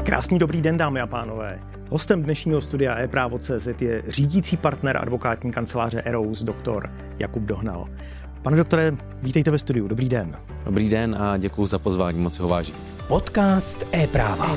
Krásný dobrý den, dámy a pánové. Hostem dnešního studia ePrávo.cz je řídící partner advokátní kanceláře Eros, doktor Jakub Dohnal. Pane doktore, vítejte ve studiu. Dobrý den. Dobrý den a děkuji za pozvání, moc si ho vážím. Podcast ePráva.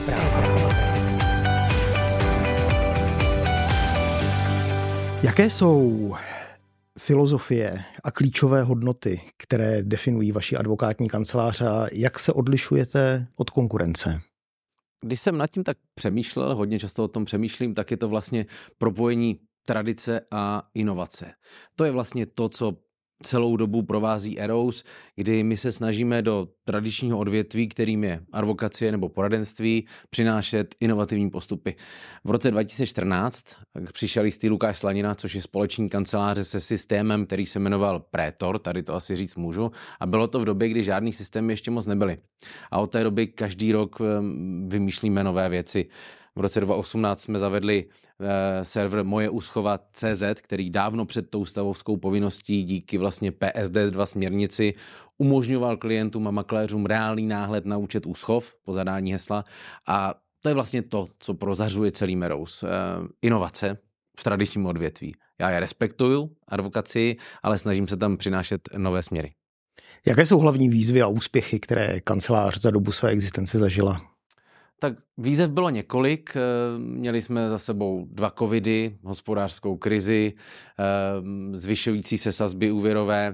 Jaké jsou filozofie a klíčové hodnoty, které definují vaši advokátní kancelář a jak se odlišujete od konkurence? Když jsem nad tím tak přemýšlel, hodně často o tom přemýšlím, tak je to vlastně propojení tradice a inovace. To je vlastně to, co celou dobu provází Eros, kdy my se snažíme do tradičního odvětví, kterým je advokacie nebo poradenství, přinášet inovativní postupy. V roce 2014 přišel jistý Lukáš Slanina, což je společník kanceláře se systémem, který se jmenoval Prétor, tady to asi říct můžu, a bylo to v době, kdy žádný systémy ještě moc nebyly. A od té doby každý rok vymýšlíme nové věci. V roce 2018 jsme zavedli server mojeuschova.cz, který dávno před tou stavovskou povinností díky vlastně PSD2 směrnici umožňoval klientům a makléřům reálný náhled na účet Úschov po zadání hesla. A to je vlastně to, co prozařuje celý Eros. Inovace v tradičním odvětví. Já je respektuju, advokacii, ale snažím se tam přinášet nové směry. Jaké jsou hlavní výzvy a úspěchy, které kancelář za dobu své existence zažila? Tak výzev bylo několik. Měli jsme za sebou 2 covidy, hospodářskou krizi, zvyšující se sazby úvěrové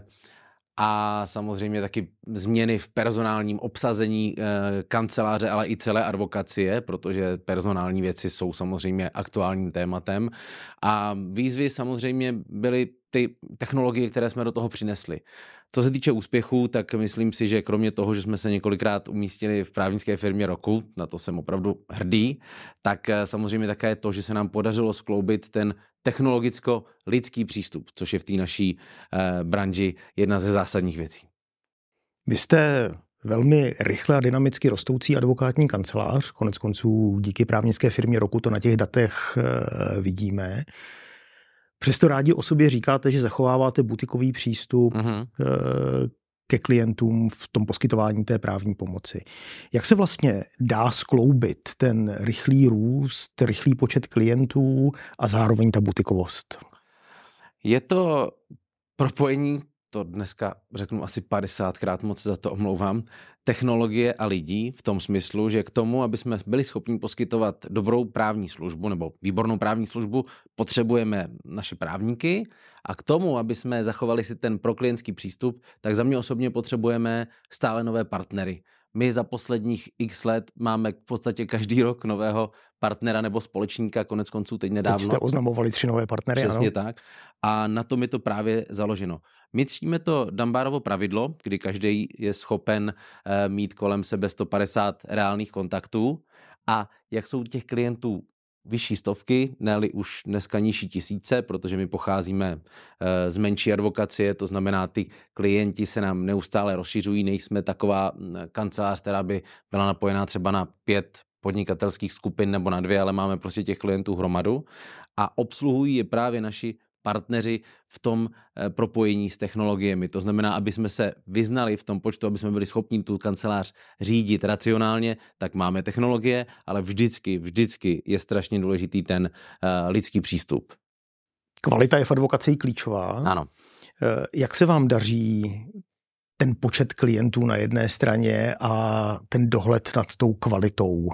a samozřejmě taky změny v personálním obsazení kanceláře, ale i celé advokacie, protože personální věci jsou samozřejmě aktuálním tématem. A výzvy samozřejmě byly ty technologie, které jsme do toho přinesli. Co se týče úspěchů, tak myslím si, že kromě toho, že jsme se několikrát umístili v právnické firmě roku, na to jsem opravdu hrdý, tak samozřejmě také to, že se nám podařilo skloubit ten technologicko-lidský přístup, což je v té naší branži jedna ze zásadních věcí. Vy jste velmi rychle a dynamicky rostoucí advokátní kancelář, konec konců díky právnické firmě roku to na těch datech vidíme. Přesto rádi o sobě říkáte, že zachováváte butikový přístup ke klientům v tom poskytování té právní pomoci. Jak se vlastně dá skloubit ten rychlý růst, rychlý počet klientů a zároveň ta butikovost? Je to propojení, to dneska řeknu asi 50krát, moc za to omlouvám, technologie a lidí v tom smyslu, že k tomu, aby jsme byli schopni poskytovat dobrou právní službu nebo výbornou právní službu, potřebujeme naše právníky a k tomu, aby jsme zachovali si ten proklientský přístup, tak za mě osobně potřebujeme stále nové partnery. My za posledních x let máme v podstatě každý rok nového partnera nebo společníka, konec konců teď nedávno. Teď jste oznamovali 3 nové partnery, přesně ano? Tak. A na tom je to právě založeno. My ctíme to Dunbarovo pravidlo, kdy každý je schopen mít kolem sebe 150 reálných kontaktů a jak jsou těch klientů vyšší stovky, ne-li už dneska nižší tisíce, protože my pocházíme z menší advokacie, to znamená, ty klienti se nám neustále rozšiřují, nejsme taková kancelář, která by byla napojená třeba na 5 podnikatelských skupin nebo na 2, ale máme prostě těch klientů hromadu a obsluhují je právě naši partneři v tom propojení s technologiemi. To znamená, aby jsme se vyznali v tom počtu, aby jsme byli schopni tu kancelář řídit racionálně, tak máme technologie, ale vždycky je strašně důležitý ten lidský přístup. Kvalita je v advokacii klíčová. Ano. Jak se vám daří ten počet klientů na jedné straně a ten dohled nad tou kvalitou?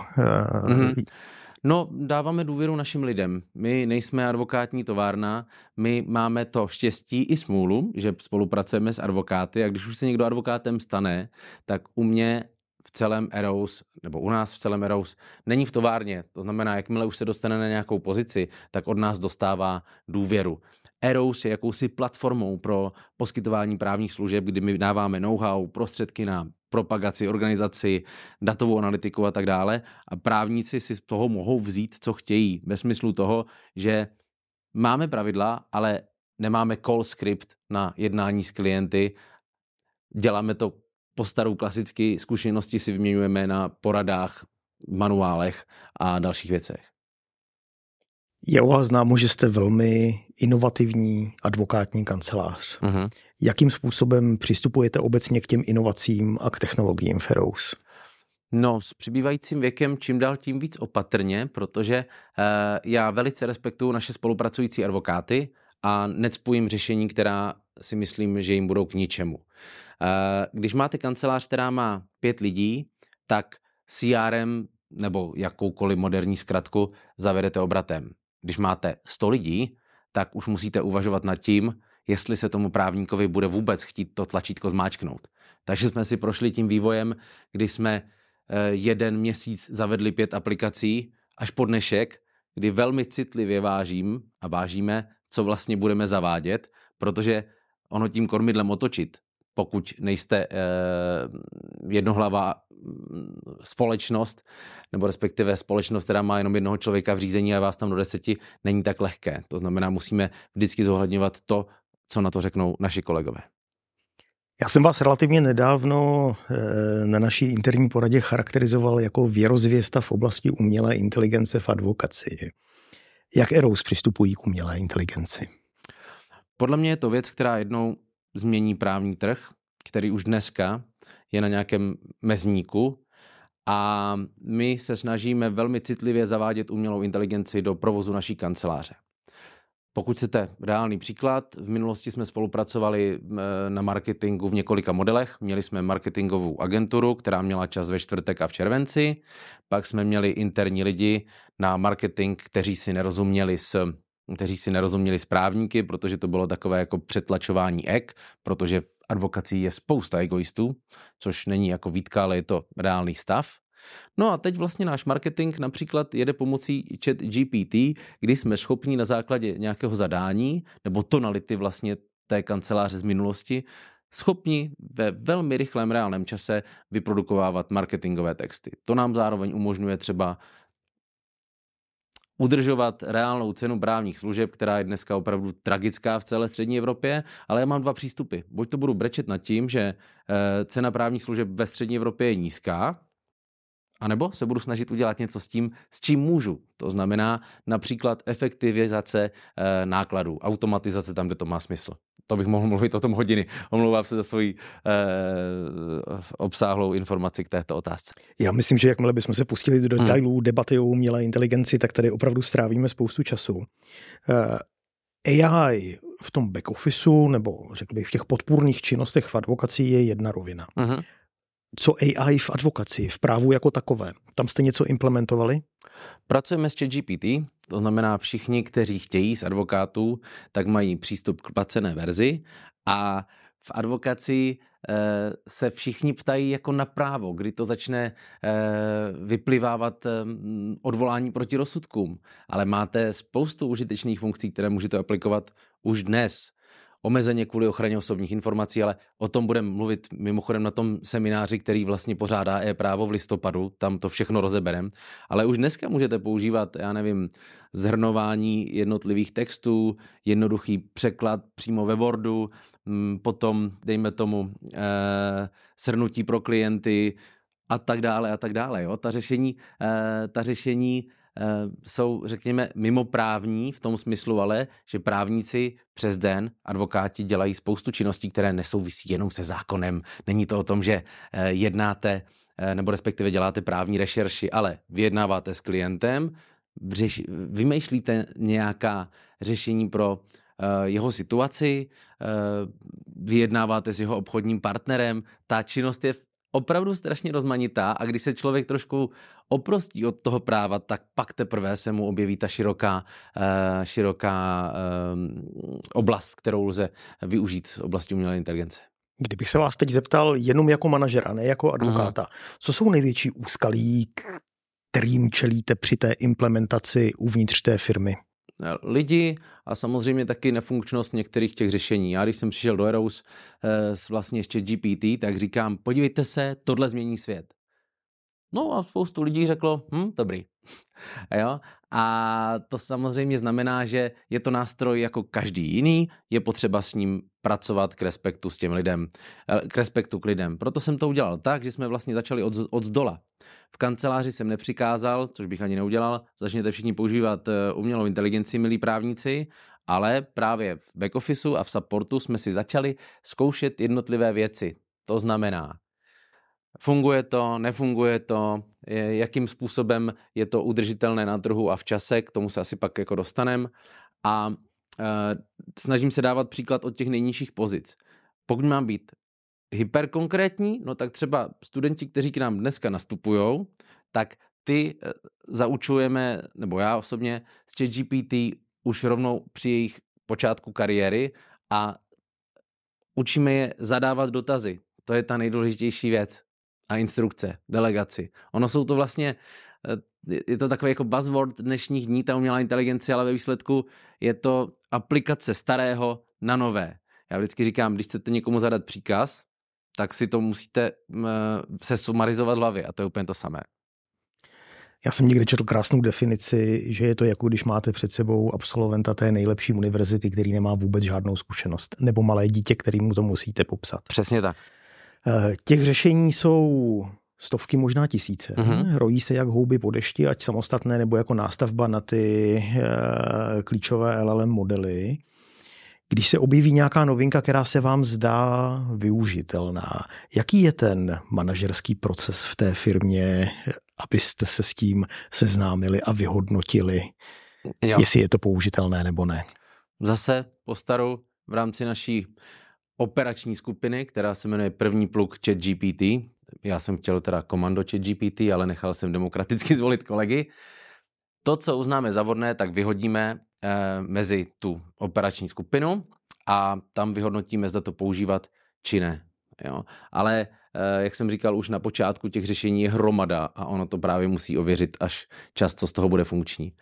No, dáváme důvěru našim lidem. My nejsme advokátní továrna, my máme to štěstí i smůlu, že spolupracujeme s advokáty a když už se někdo advokátem stane, tak u mě v celém Eros, nebo u nás v celém Eros, není v továrně. To znamená, jakmile už se dostane na nějakou pozici, tak od nás dostává důvěru. Eros je jakousi platformou pro poskytování právních služeb, kdy my dáváme know-how, prostředky na propagaci, organizaci, datovou analytiku a tak dále a právníci si z toho mohou vzít, co chtějí, ve smyslu toho, že máme pravidla, ale nemáme call script na jednání s klienty, děláme to po starou klasicky, zkušenosti si vyměňujeme na poradách, manuálech a dalších věcech. Je o vás známo, že jste velmi inovativní advokátní kancelář. Jakým způsobem přistupujete obecně k těm inovacím a k technologiím v Eros? No, s přibývajícím věkem čím dál tím víc opatrně, protože já velice respektuju naše spolupracující advokáty a necpu jim řešení, která si myslím, že jim budou k ničemu. Když máte kancelář, která má 5 lidí, tak CRM nebo jakoukoliv moderní zkratku zavedete obratem. Když máte 100 lidí, tak už musíte uvažovat nad tím, jestli se tomu právníkovi bude vůbec chtít to tlačítko zmáčknout. Takže jsme si prošli tím vývojem, kdy jsme jeden měsíc zavedli 5 aplikací, až po dnešek, kdy velmi citlivě vážíme, co vlastně budeme zavádět, protože ono tím kormidlem otočit, pokud nejste jednohlavá společnost, nebo respektive společnost, která má jenom jednoho člověka v řízení a vás tam do 10, není tak lehké. To znamená, musíme vždycky zohledňovat to, co na to řeknou naši kolegové. Já jsem vás relativně nedávno na naší interní poradě charakterizoval jako věrozvěsta v oblasti umělé inteligence v advokacii. Jak Eros přistupují k umělé inteligenci? Podle mě je to věc, která jednou změní právní trh, který už dneska je na nějakém mezníku a my se snažíme velmi citlivě zavádět umělou inteligenci do provozu naší kanceláře. Pokud chcete reálný příklad, v minulosti jsme spolupracovali na marketingu v několika modelech. Měli jsme marketingovou agenturu, která měla čas ve čtvrtek a v červenci. Pak jsme měli interní lidi na marketing, kteří si nerozuměli s právníky, protože to bylo takové jako přetlačování ek, protože v advokacii je spousta egoistů, což není jako výtka, ale je to reálný stav. No a teď vlastně náš marketing například jede pomocí ChatGPT, kdy jsme schopni na základě nějakého zadání nebo tonality vlastně té kanceláře z minulosti schopni ve velmi rychlém reálném čase vyprodukovávat marketingové texty. To nám zároveň umožňuje třeba udržovat reálnou cenu právních služeb, která je dneska opravdu tragická v celé střední Evropě, ale já mám 2 přístupy. Buď to budu brečet nad tím, že cena právních služeb ve střední Evropě je nízká, anebo se budu snažit udělat něco s tím, s čím můžu. To znamená například efektivizace nákladů, automatizace tam, kde to má smysl. To bych mohl mluvit o tom hodiny. Omlouvám se za svoji obsáhlou informaci k této otázce. Já myslím, že jakmile bychom se pustili do detailů debaty o umělé inteligenci, tak tady opravdu strávíme spoustu času. AI v tom back officeu, nebo řekl bych v těch podpůrných činnostech v advokacii je jedna rovina. Uh-huh. Co AI v advokacii, v právu jako takové? Tam jste něco implementovali? Pracujeme s ChatGPT, to znamená všichni, kteří chtějí z advokátů, tak mají přístup k placené verzi a v advokacii se všichni ptají jako na právo, kdy to začne vyplivávat odvolání proti rozsudkům. Ale máte spoustu užitečných funkcí, které můžete aplikovat už dnes. Omezeně kvůli ochraně osobních informací, ale o tom budeme mluvit mimochodem na tom semináři, který vlastně pořádá e-právo v listopadu, tam to všechno rozeberem, ale už dneska můžete používat, zhrnování jednotlivých textů, jednoduchý překlad přímo ve Wordu, potom dejme tomu shrnutí pro klienty a tak dále. Jo? Ta řešení jsou, řekněme, mimoprávní v tom smyslu, ale že právníci přes den, advokáti dělají spoustu činností, které nesouvisí jenom se zákonem. Není to o tom, že jednáte nebo respektive děláte právní rešerši, ale vyjednáváte s klientem, vymýšlíte nějaká řešení pro jeho situaci, vyjednáváte s jeho obchodním partnerem. Ta činnost je opravdu strašně rozmanitá a když se člověk trošku oprostí od toho práva, tak pak teprve se mu objeví ta široká oblast, kterou lze využít v oblasti umělé inteligence. Kdybych se vás teď zeptal jenom jako manažera, ne jako advokáta, co jsou největší úskalí, kterým čelíte při té implementaci uvnitř té firmy? Lidi a samozřejmě taky nefunkčnost některých těch řešení. Já když jsem přišel do Eros vlastně ještě GPT, tak říkám, podívejte se, tohle změní svět. No a spoustu lidí řeklo, dobrý. Jo? A to samozřejmě znamená, že je to nástroj jako každý jiný, je potřeba s ním pracovat k respektu s těm lidem, k respektu k lidem. Proto jsem to udělal tak, že jsme vlastně začali od zdola. V kanceláři jsem nepřikázal, což bych ani neudělal, začněte všichni používat umělou inteligenci, milí právníci, ale právě v back officeu a v supportu jsme si začali zkoušet jednotlivé věci. To znamená Funguje to, nefunguje to, jakým způsobem je to udržitelné na trhu a v čase, k tomu se asi pak jako dostaneme. A snažím se dávat příklad od těch nejnižších pozic. Pokud mám být hyperkonkrétní, no tak třeba studenti, kteří k nám dneska nastupujou, tak ty zaučujeme, nebo já osobně s ChatGPT už rovnou při jejich počátku kariéry a učíme je zadávat dotazy. To je ta nejdůležitější věc. A instrukce, delegaci. Ono jsou to vlastně, je to takový jako buzzword dnešních dní, ta umělá inteligence, ale ve výsledku je to aplikace starého na nové. Já vždycky říkám, když chcete někomu zadat příkaz, tak si to musíte se sumarizovat v hlavě a to je úplně to samé. Já jsem někde četl krásnou definici, že je to jako když máte před sebou absolventa té nejlepší univerzity, který nemá vůbec žádnou zkušenost, nebo malé dítě, kterému to musíte popsat. Přesně tak. Těch řešení jsou stovky, možná tisíce. Rojí se jak houby po dešti, ať samostatné nebo jako nástavba na ty klíčové LLM modely. Když se objeví nějaká novinka, která se vám zdá využitelná, jaký je ten manažerský proces v té firmě, abyste se s tím seznámili a vyhodnotili, jestli je to použitelné nebo ne? Zase postaru v rámci naší operační skupiny, která se jmenuje První pluk ChatGPT. Já jsem chtěl teda komando ChatGPT, ale nechal jsem demokraticky zvolit kolegy. To, co uznáme za vhodné, tak vyhodíme mezi tu operační skupinu a tam vyhodnotíme, zda to používat či ne. Jo? Ale jak jsem říkal, už na počátku těch řešení je hromada a ono to právě musí ověřit až čas, co z toho bude funkční.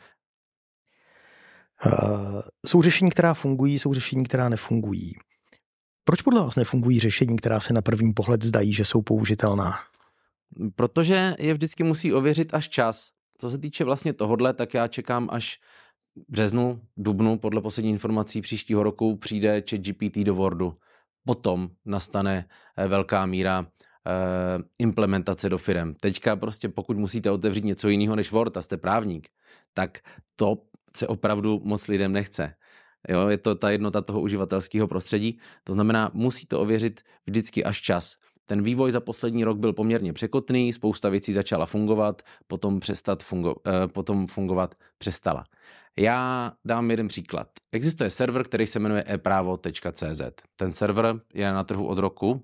Jsou řešení, která fungují, jsou řešení, která nefungují. Proč podle vás nefungují řešení, která se na první pohled zdají, že jsou použitelná? Protože je vždycky musí ověřit až čas. Co se týče vlastně tohodle, tak já čekám až březnu, dubnu, podle poslední informací příštího roku přijde ChatGPT do Wordu. Potom nastane velká míra implementace do firem. Teďka prostě pokud musíte otevřít něco jiného než Word a jste právník, tak to se opravdu moc lidem nechce. Jo, je to ta jednota toho uživatelského prostředí, to znamená, musí to ověřit vždycky až čas. Ten vývoj za poslední rok byl poměrně překotný, spousta věcí začala fungovat, potom fungovat přestala. Já dám jeden příklad. Existuje server, který se jmenuje epravo.cz. Ten server je na trhu od roku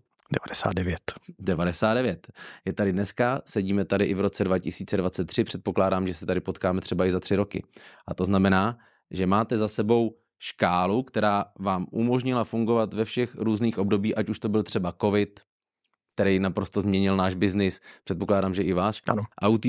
99. Je tady dneska, sedíme tady i v roce 2023, předpokládám, že se tady potkáme třeba i za 3 roky. A to znamená, že máte za sebou škálu, která vám umožnila fungovat ve všech různých období, ať už to byl třeba COVID, který naprosto změnil náš biznis, předpokládám, že i váš. Ano. A u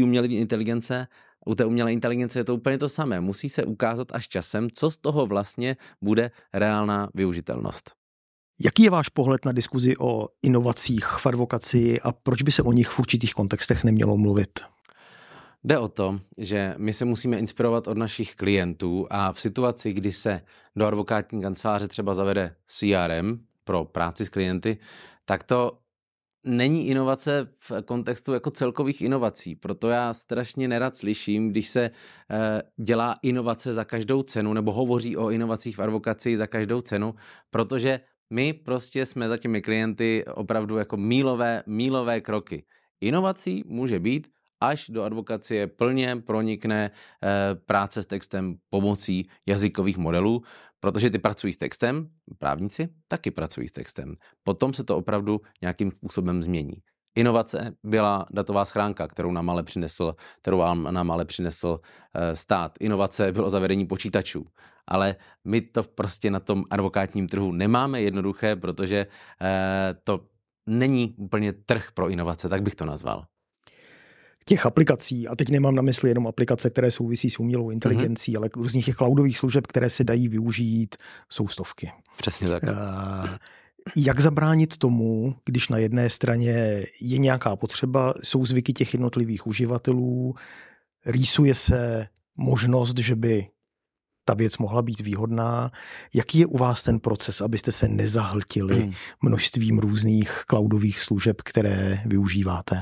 té umělé inteligence je to úplně to samé. Musí se ukázat až časem, co z toho vlastně bude reálná využitelnost. Jaký je váš pohled na diskuzi o inovacích v advokacii a proč by se o nich v určitých kontextech nemělo mluvit? Jde o to, že my se musíme inspirovat od našich klientů a v situaci, kdy se do advokátní kanceláře třeba zavede CRM pro práci s klienty, tak to není inovace v kontextu jako celkových inovací. Proto já strašně nerad slyším, když se dělá inovace za každou cenu nebo hovoří o inovacích v advokacii za každou cenu, protože my prostě jsme za těmi klienty opravdu jako mílové kroky. Inovací může být, až do advokacie plně pronikne práce s textem pomocí jazykových modelů, protože ty pracují s textem, právníci taky pracují s textem. Potom se to opravdu nějakým způsobem změní. Inovace byla datová schránka, kterou nám ale přinesl stát. Inovace bylo zavedení počítačů. Ale my to prostě na tom advokátním trhu nemáme jednoduché, protože to není úplně trh pro inovace, tak bych to nazval. Těch aplikací, a teď nemám na mysli jenom aplikace, které souvisí s umělou inteligencí, ale různých těch cloudových služeb, které se dají využít, jsou stovky. Přesně tak. Jak zabránit tomu, když na jedné straně je nějaká potřeba, jsou zvyky těch jednotlivých uživatelů, rýsuje se možnost, že by ta věc mohla být výhodná. Jaký je u vás ten proces, abyste se nezahltili množstvím různých cloudových služeb, které využíváte?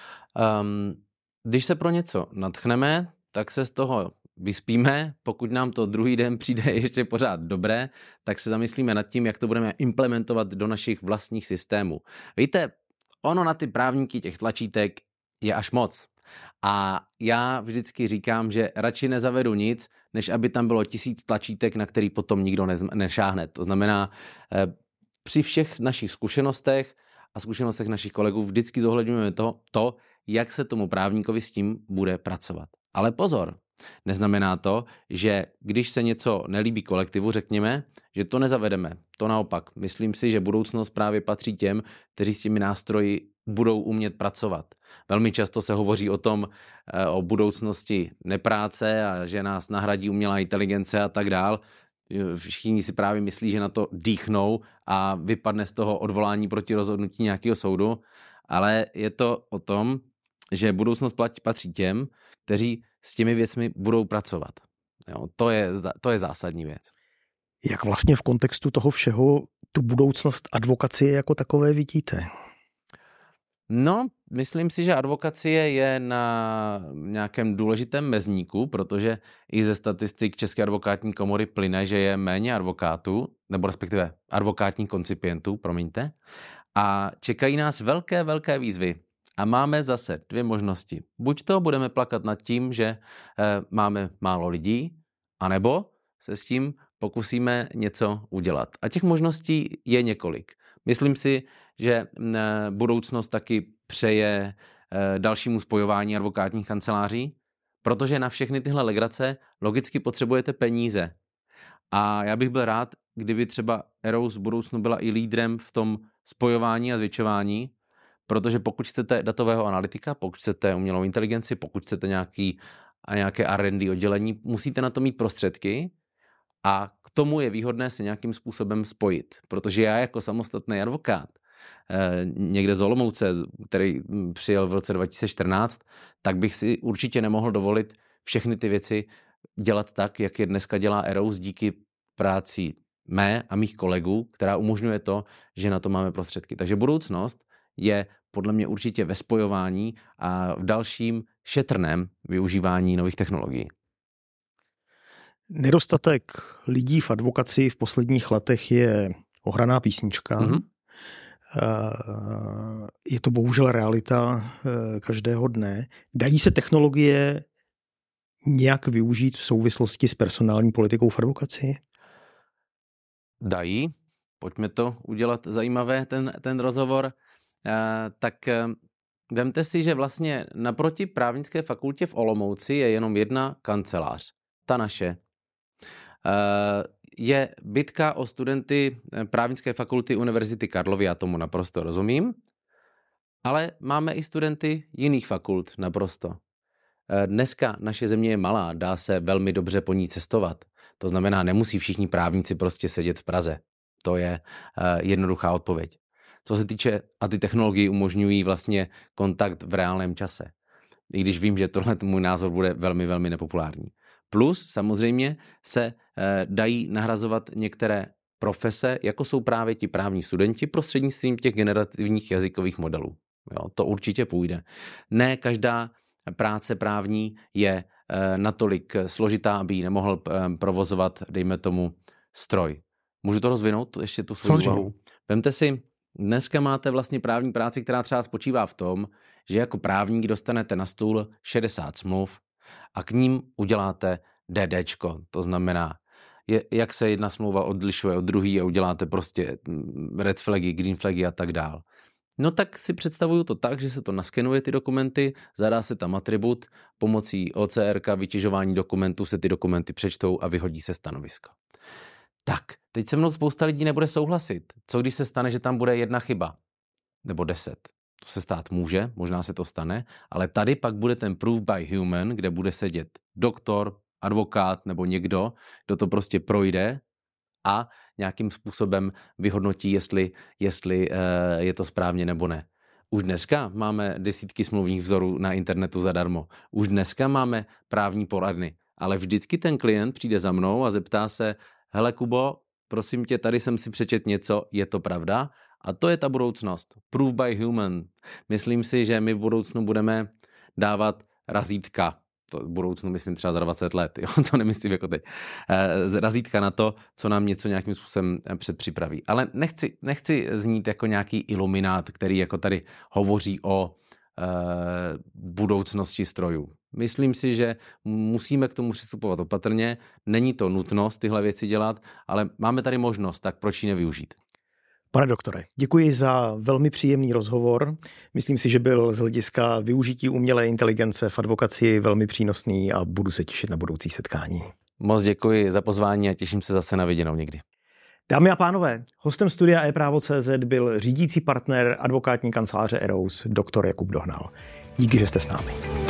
Když se pro něco nadchneme, tak se z toho vyspíme. Pokud nám to druhý den přijde ještě pořád dobré, tak se zamyslíme nad tím, jak to budeme implementovat do našich vlastních systémů. Víte, ono na ty právníky těch tlačítek je až moc. A já vždycky říkám, že radši nezavedu nic, než aby tam bylo 1000 tlačítek, na který potom nikdo nešáhne. To znamená, při všech našich zkušenostech a zkušenostech našich kolegů vždycky zohledňujeme to, jak se tomu právníkovi s tím bude pracovat. Ale pozor, neznamená to, že když se něco nelíbí kolektivu, řekněme, že to nezavedeme. To naopak. Myslím si, že budoucnost právě patří těm, kteří s těmi nástroji budou umět pracovat. Velmi často se hovoří o budoucnosti nepráce a že nás nahradí umělá inteligence a tak dál. Všichni si právě myslí, že na to dýchnou a vypadne z toho odvolání proti rozhodnutí nějakého soudu, ale je to o tom, že budoucnost patří těm, kteří s těmi věcmi budou pracovat. Jo, to je zásadní věc. Jak vlastně v kontextu toho všeho tu budoucnost advokacie jako takové vidíte? No, myslím si, že advokacie je na nějakém důležitém mezníku, protože i ze statistik České advokátní komory plyne, že je méně advokátů, nebo respektive advokátních koncipientů, promiňte, a čekají nás velké výzvy. A máme zase 2 možnosti. Buď to budeme plakat nad tím, že máme málo lidí, anebo se s tím pokusíme něco udělat. A těch možností je několik. Myslím si, že budoucnost taky přeje dalšímu spojování advokátních kanceláří, protože na všechny tyhle legrace logicky potřebujete peníze. A já bych byl rád, kdyby třeba Eros v budoucnu byla i lídrem v tom spojování a zvětšování, protože pokud chcete datového analytika, pokud chcete umělou inteligenci, pokud chcete nějaké R&D oddělení, musíte na to mít prostředky a k tomu je výhodné se nějakým způsobem spojit. Protože já jako samostatný advokát někde z Olomouce, který přijel v roce 2014, tak bych si určitě nemohl dovolit všechny ty věci dělat tak, jak je dneska dělá Eros díky práci mé a mých kolegů, která umožňuje to, že na to máme prostředky. Takže budoucnost je podle mě určitě ve spojování a v dalším šetrném využívání nových technologií. Nedostatek lidí v advokacii v posledních letech je ohraná písnička. Mm-hmm. Je to bohužel realita každého dne. Dají se technologie nějak využít v souvislosti s personální politikou v advokacii? Dají. Pojďme to udělat zajímavé, ten rozhovor. Tak vemte si, že vlastně naproti právnické fakultě v Olomouci je jenom jedna kancelář. Ta naše. Je bitka o studenty právnické fakulty Univerzity Karlovy, já tomu naprosto rozumím, ale máme i studenty jiných fakult naprosto. Dneska naše země je malá, dá se velmi dobře po ní cestovat. To znamená, nemusí všichni právníci prostě sedět v Praze. To je jednoduchá odpověď. Co se týče, a ty technologie umožňují vlastně kontakt v reálném čase. I když vím, že tohle můj názor bude velmi nepopulární. Plus samozřejmě se dají nahrazovat některé profese, jako jsou právě ti právní studenti, prostřednictvím těch generativních jazykových modelů. Jo, to určitě půjde. Ne každá práce právní je natolik složitá, aby ji nemohl provozovat, dejme tomu, stroj. Můžu to rozvinout, ještě tu svou úvahu? Vemte si, dneska máte vlastně právní práci, která třeba spočívá v tom, že jako právník dostanete na stůl 60 smluv a k ním uděláte DDčko. To znamená, jak se jedna smlouva odlišuje od druhé a uděláte prostě red flagy, green flagy a tak dál. No tak si představuju to tak, že se to naskenuje ty dokumenty, zadá se tam atribut, pomocí OCRK vytěžování dokumentů se ty dokumenty přečtou a vyhodí se stanovisko. Tak, teď se mnou spousta lidí nebude souhlasit. Co když se stane, že tam bude jedna chyba? Nebo 10. To se stát může, možná se to stane, ale tady pak bude ten proof by human, kde bude sedět doktor, advokát nebo někdo, kdo to prostě projde a nějakým způsobem vyhodnotí, jestli je to správně nebo ne. Už dneska máme desítky smluvních vzorů na internetu zadarmo. Už dneska máme právní poradny, ale vždycky ten klient přijde za mnou a zeptá se: hele Kubo, prosím tě, tady jsem si přečet něco, je to pravda? A to je ta budoucnost. Proof by human. Myslím si, že my v budoucnu budeme dávat razítka. to v budoucnu myslím třeba za 20 let, jo? To nemyslím jako teď, razítka na to, co nám něco nějakým způsobem předpřipraví. Ale nechci znít jako nějaký iluminát, který jako tady hovoří o budoucnosti strojů. Myslím si, že musíme k tomu přistupovat opatrně, není to nutnost tyhle věci dělat, ale máme tady možnost, tak proč ji nevyužít? Pane doktore, děkuji za velmi příjemný rozhovor. Myslím si, že byl z hlediska využití umělé inteligence v advokacii velmi přínosný a budu se těšit na budoucí setkání. Moc děkuji za pozvání a těším se zase na viděnou někdy. Dámy a pánové, hostem studia ePrávo.cz byl řídící partner advokátní kanceláře Eros, doktor Jakub Dohnal. Díky, že jste s námi.